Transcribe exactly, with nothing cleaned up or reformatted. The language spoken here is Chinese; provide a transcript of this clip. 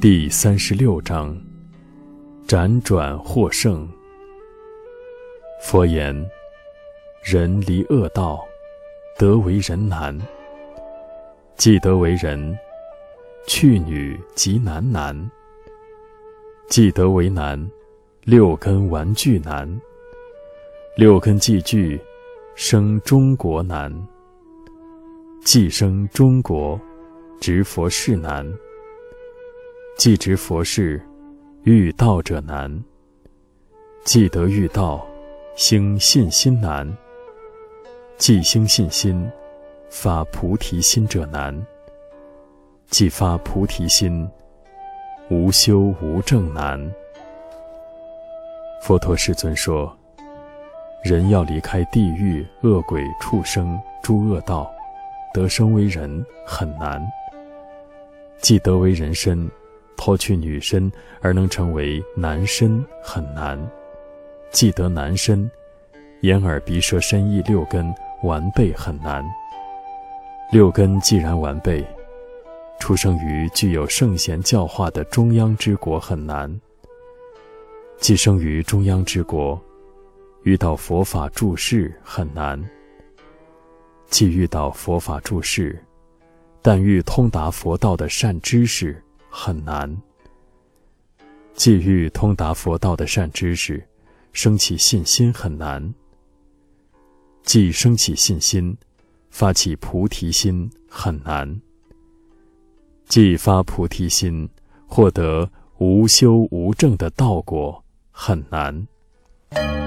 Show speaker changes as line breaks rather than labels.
第三十六章：辗转获胜。佛言：人离恶道，得为人难。既得为人，去女即难难。既得为难，六根顽具难。六根既具，生中国难。既生中国，执佛事难。既执佛事，遇道者难。既得遇道，兴信心难。既兴信心，发菩提心者难。既发菩提心，无修无证难。佛陀世尊说，人要离开地狱、恶鬼、畜生、诸恶道，得生为人很难。既得为人身，脱去女身而能成为男身很难。既得男身，眼耳鼻舌身意六根完备很难。六根既然完备，出生于具有圣贤教化的中央之国很难。既生于中央之国，遇到佛法住世很难。既遇到佛法住世，但欲通达佛道的善知识很难。既欲通达佛道的善知识，生起信心很难。既生起信心，发起菩提心很难。既发菩提心，获得无修无证的道果很难。